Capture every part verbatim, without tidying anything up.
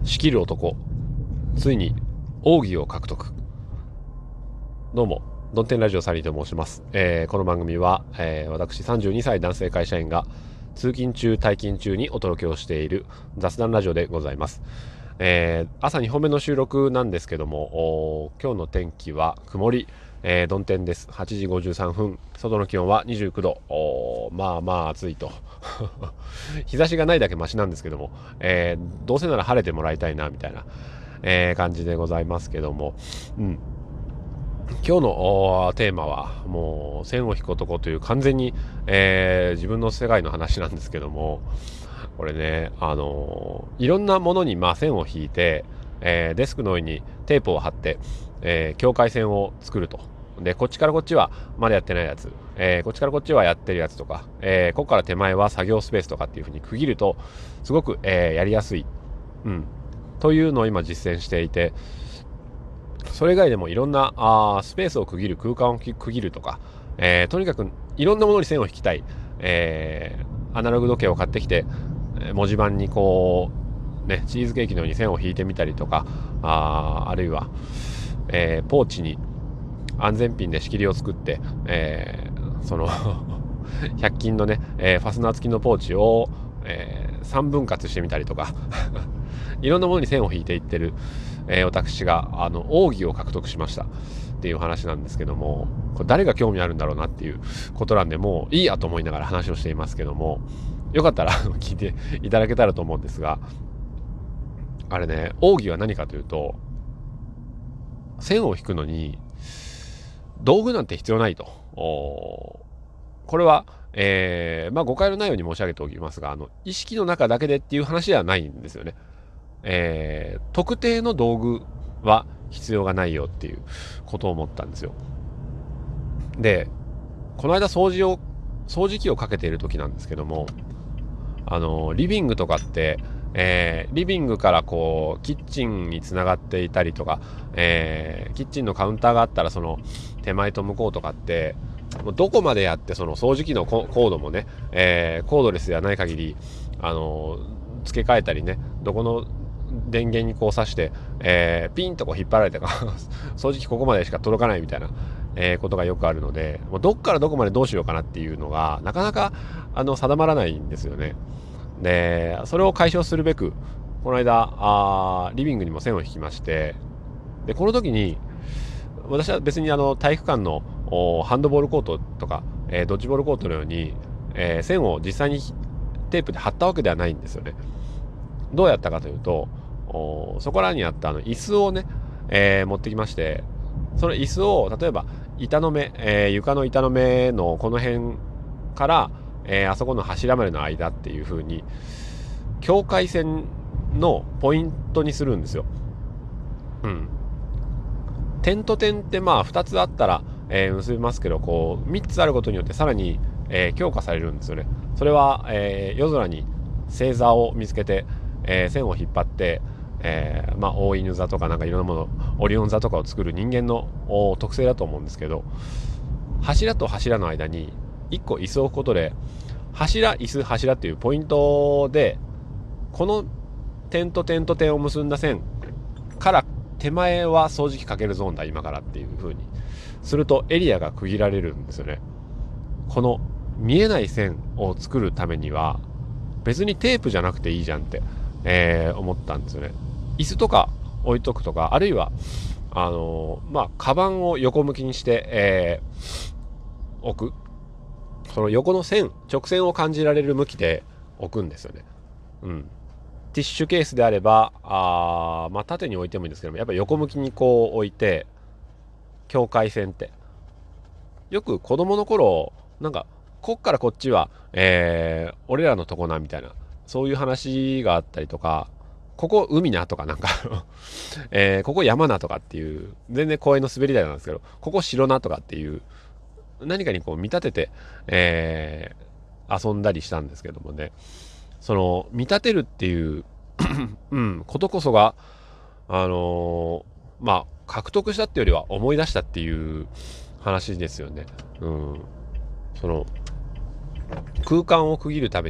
仕切る男、ついに奥義を獲得。どうもドンテンラジオサリーと申します。えー、この番組は、えー、私さんじゅうにさい男性会社員が通勤中退勤中にお届けをしている雑談ラジオでございます。えー、朝にほんめの収録なんですけども、今日の天気は曇り、えー、曇天です。はちじごじゅうさんぷん、外の気温はにじゅうきゅうど、まあまあ暑いと日差しがないだけマシなんですけども、えー、どうせなら晴れてもらいたいなみたいな、えー、感じでございますけども、うん今日のテーマはもう線を引く男という完全に、えー、自分の世界の話なんですけども、これね、あのー、いろんなものにまあ線を引いて、えー、デスクの上にテープを貼って、えー、境界線を作ると。でこっちからこっちはまだやってないやつ、えー、こっちからこっちはやってるやつとか、えー、ここから手前は作業スペースとかっていう風に区切るとすごく、えー、やりやすい、うん、というのを今実践していて、それ以外でもいろんなあスペースを区切る、空間を区切るとか、えー、とにかくいろんなものに線を引きたい、えー、アナログ時計を買ってきて文字盤にこうねチーズケーキのように線を引いてみたりとか、ああるいは、えー、ポーチに安全ピンで仕切りを作って、えー、そのひゃく均のね、えー、ファスナー付きのポーチを、えー、さんぶん割してみたりとかいろんなものに線を引いていってる、えー、私があの奥義を獲得しましたっていう話なんですけども、これ誰が興味あるんだろうなっていうことなんで、もういいやと思いながら話をしていますけども、よかったら聞いていただけたらと思うんですが、あれね、奥義は何かというと、線を引くのに道具なんて必要ないと。これは、えーまあ、誤解のないように申し上げておきますが、あの意識の中だけでっていう話ではないんですよね。えー、特定の道具は必要がないよっていうことを思ったんですよ。でこの間掃除を掃除機をかけている時なんですけども、あのリビングとかって、えー、リビングからこうキッチンにつながっていたりとか、えー、キッチンのカウンターがあったらその手前と向こうとかってもうどこまでやってその掃除機のコードもね、えー、コードレスではない限りあの付け替えたりね、どこの電源にこう挿して、えー、ピンとこう引っ張られてか掃除機ここまでしか届かないみたいな、えー、ことがよくあるので、もうどっからどこまでどうしようかなっていうのがなかなかあの定まらないんですよね。でそれを解消するべくこの間あリビングにも線を引きまして、でこの時に私は別にあの体育館のハンドボールコートとか、えー、ドッジボールコートのように、えー、線を実際にテープで貼ったわけではないんですよね。どうやったかというと、そこらにあったあの椅子をね、えー、持ってきまして、その椅子を例えば板の目、えー、床の板の目のこの辺から、えー、あそこの柱までの間っていう風に境界線のポイントにするんですよ。うん。点と点ってまあふたつあったら、えー、結びますけど、こうみっつあることによってさらに、えー、強化されるんですよね。それは、えー、夜空に星座を見つけて、えー、線を引っ張って、えー、まあ大犬座とかなんかいろんなもの、オリオン座とかを作る人間の特性だと思うんですけど、柱と柱の間にいっこ椅子を置くことで、柱椅子柱っていうポイントでこの点と点と点を結んだ線から手前は掃除機かけるゾーンだ今からっていう風にするとエリアが区切られるんですよね。この見えない線を作るためには別にテープじゃなくていいじゃんって、えー、思ったんですよね。椅子とか置いとくとか、あるいはあのー、まあカバンを横向きにして、えー、置く、その横の線直線を感じられる向きで置くんですよね。うん。ティッシュケースであればあ、まあ、縦に置いてもいいんですけども、やっぱり横向きにこう置いて、境界線ってよく子供の頃なんかこっからこっちは、えー、俺らのとこなみたいな、そういう話があったりとか、ここ海なとかなんか、えー、ここ山なとかっていう、全然公園の滑り台なんですけど、ここ城なとかっていう何かにこう見立てて、えー、遊んだりしたんですけどもね、その見立てるっていううん、ことこそがあのー、まあ獲得したっていうよりは思い出したっていう話ですよね。うん、その空間を区切るために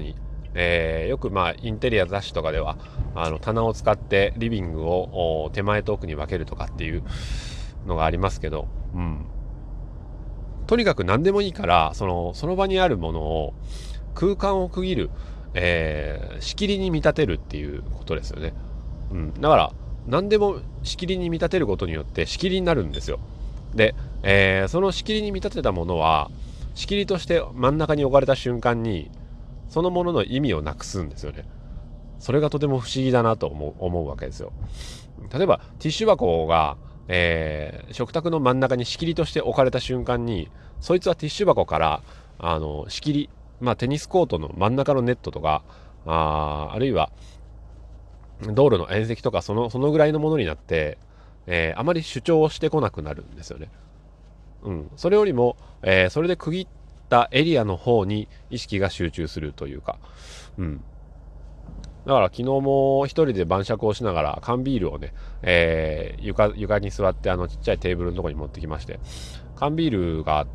えーよくまあインテリア雑誌とかではあの棚を使ってリビングを手前と奥に分けるとかっていうのがありますけど、うん、とにかく何でもいいからそのその場にあるものを空間を区切る、えー仕切りに見立てるっていうことですよね。うん、だから何でも仕切りに見立てることによって仕切りになるんですよ。で、えーその仕切りに見立てたものは仕切りとして真ん中に置かれた瞬間にそのものの意味をなくすんですよね。それがとても不思議だなと思う、思うわけですよ。例えばティッシュ箱が、えー食卓の真ん中に仕切りとして置かれた瞬間にそいつはティッシュ箱からあの仕切り、まあ、テニスコートの真ん中のネットとかああるいは道路の縁石とかそのそのぐらいのものになって、えーあまり主張してこなくなるんですよね。うん、それよりも、えーそれで区切ったエリアの方に意識が集中するというか、うん、だから昨日も一人で晩酌をしながら缶ビールをね、えー床床に座ってあのちっちゃいテーブルのところに持ってきまして、缶ビールがあって、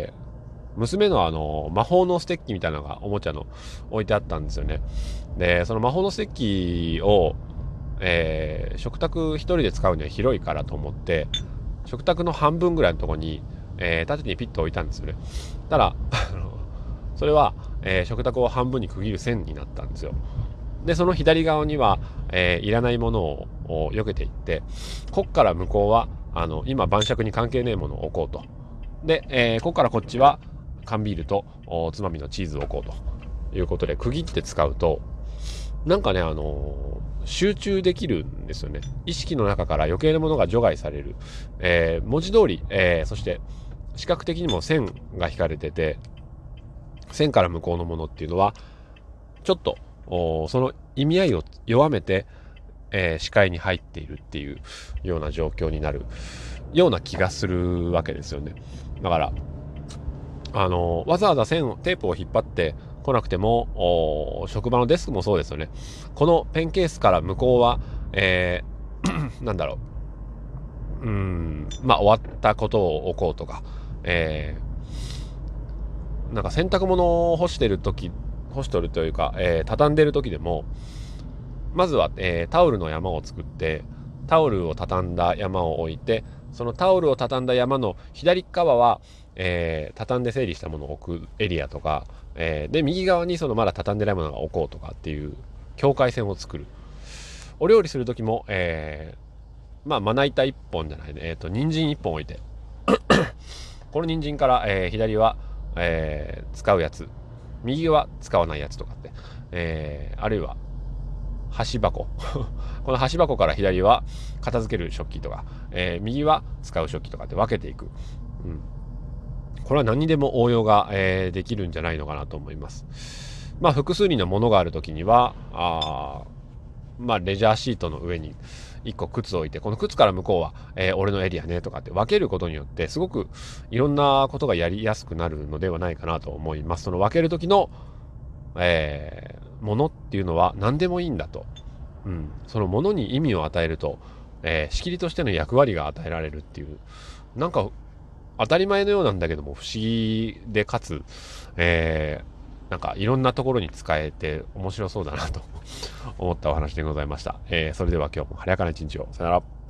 娘のあの魔法のステッキみたいなのがおもちゃの置いてあったんですよね。でその魔法のステッキを、えー食卓一人で使うには広いからと思って食卓の半分ぐらいのところに、えー縦にピッと置いたんですよね。ただあのそれは、えー食卓を半分に区切る線になったんですよ。でその左側には、えーいらないものを避けていって、こっから向こうはあの今晩酌に関係ねえものを置こうと。で、えーこっからこっちは缶ビールとおつまみのチーズを置こうということで区切って使うとなんかね、あのー集中できるんですよね。意識の中から余計なものが除外される、えー文字通り、えーそして視覚的にも線が引かれてて、線から向こうのものっていうのはちょっとその意味合いを弱めて、えー視界に入っているっていうような状況になるような気がするわけですよね。だからあのわざわざ線をテープを引っ張ってこなくても職場のデスクもそうですよね。このペンケースから向こうは、えーなんだろううーんまあ終わったことを置こうとか、えーなんか洗濯物を干してる時干しとるというか、えー畳んでる時でもまずは、えータオルの山を作ってタオルを畳んだ山を置いて、そのタオルを畳んだ山の左側は、えー畳んで整理したものを置くエリアとか、えーで右側にそのまだ畳んでないものが置こうとかっていう境界線を作る。お料理する時も、えーまあまな板一本じゃないね、えーと人参一本置いて、この人参から、えー左は、えー使うやつ、右は使わないやつとかって、えーあるいは箸箱この箸箱から左は片付ける食器とか、えー右は使う食器とかって分けていく、うん、これは何にでも応用が、えーできるんじゃないのかなと思います。まあ複数人のものがあるときにはあまあレジャーシートの上にいっこ靴を置いて、この靴から向こうは、えー俺のエリアねとかって分けることによってすごくいろんなことがやりやすくなるのではないかなと思います。その分ける時の、えーものっていうのは何でもいいんだと、うん、そのものに意味を与えると、えー仕切りとしての役割が与えられるっていう、なんか当たり前のようなんだけども不思議でかつ、えーなんかいろんなところに使えて面白そうだなと思ったお話でございました。えーそれでは今日も晴れやかな一日を。さよなら。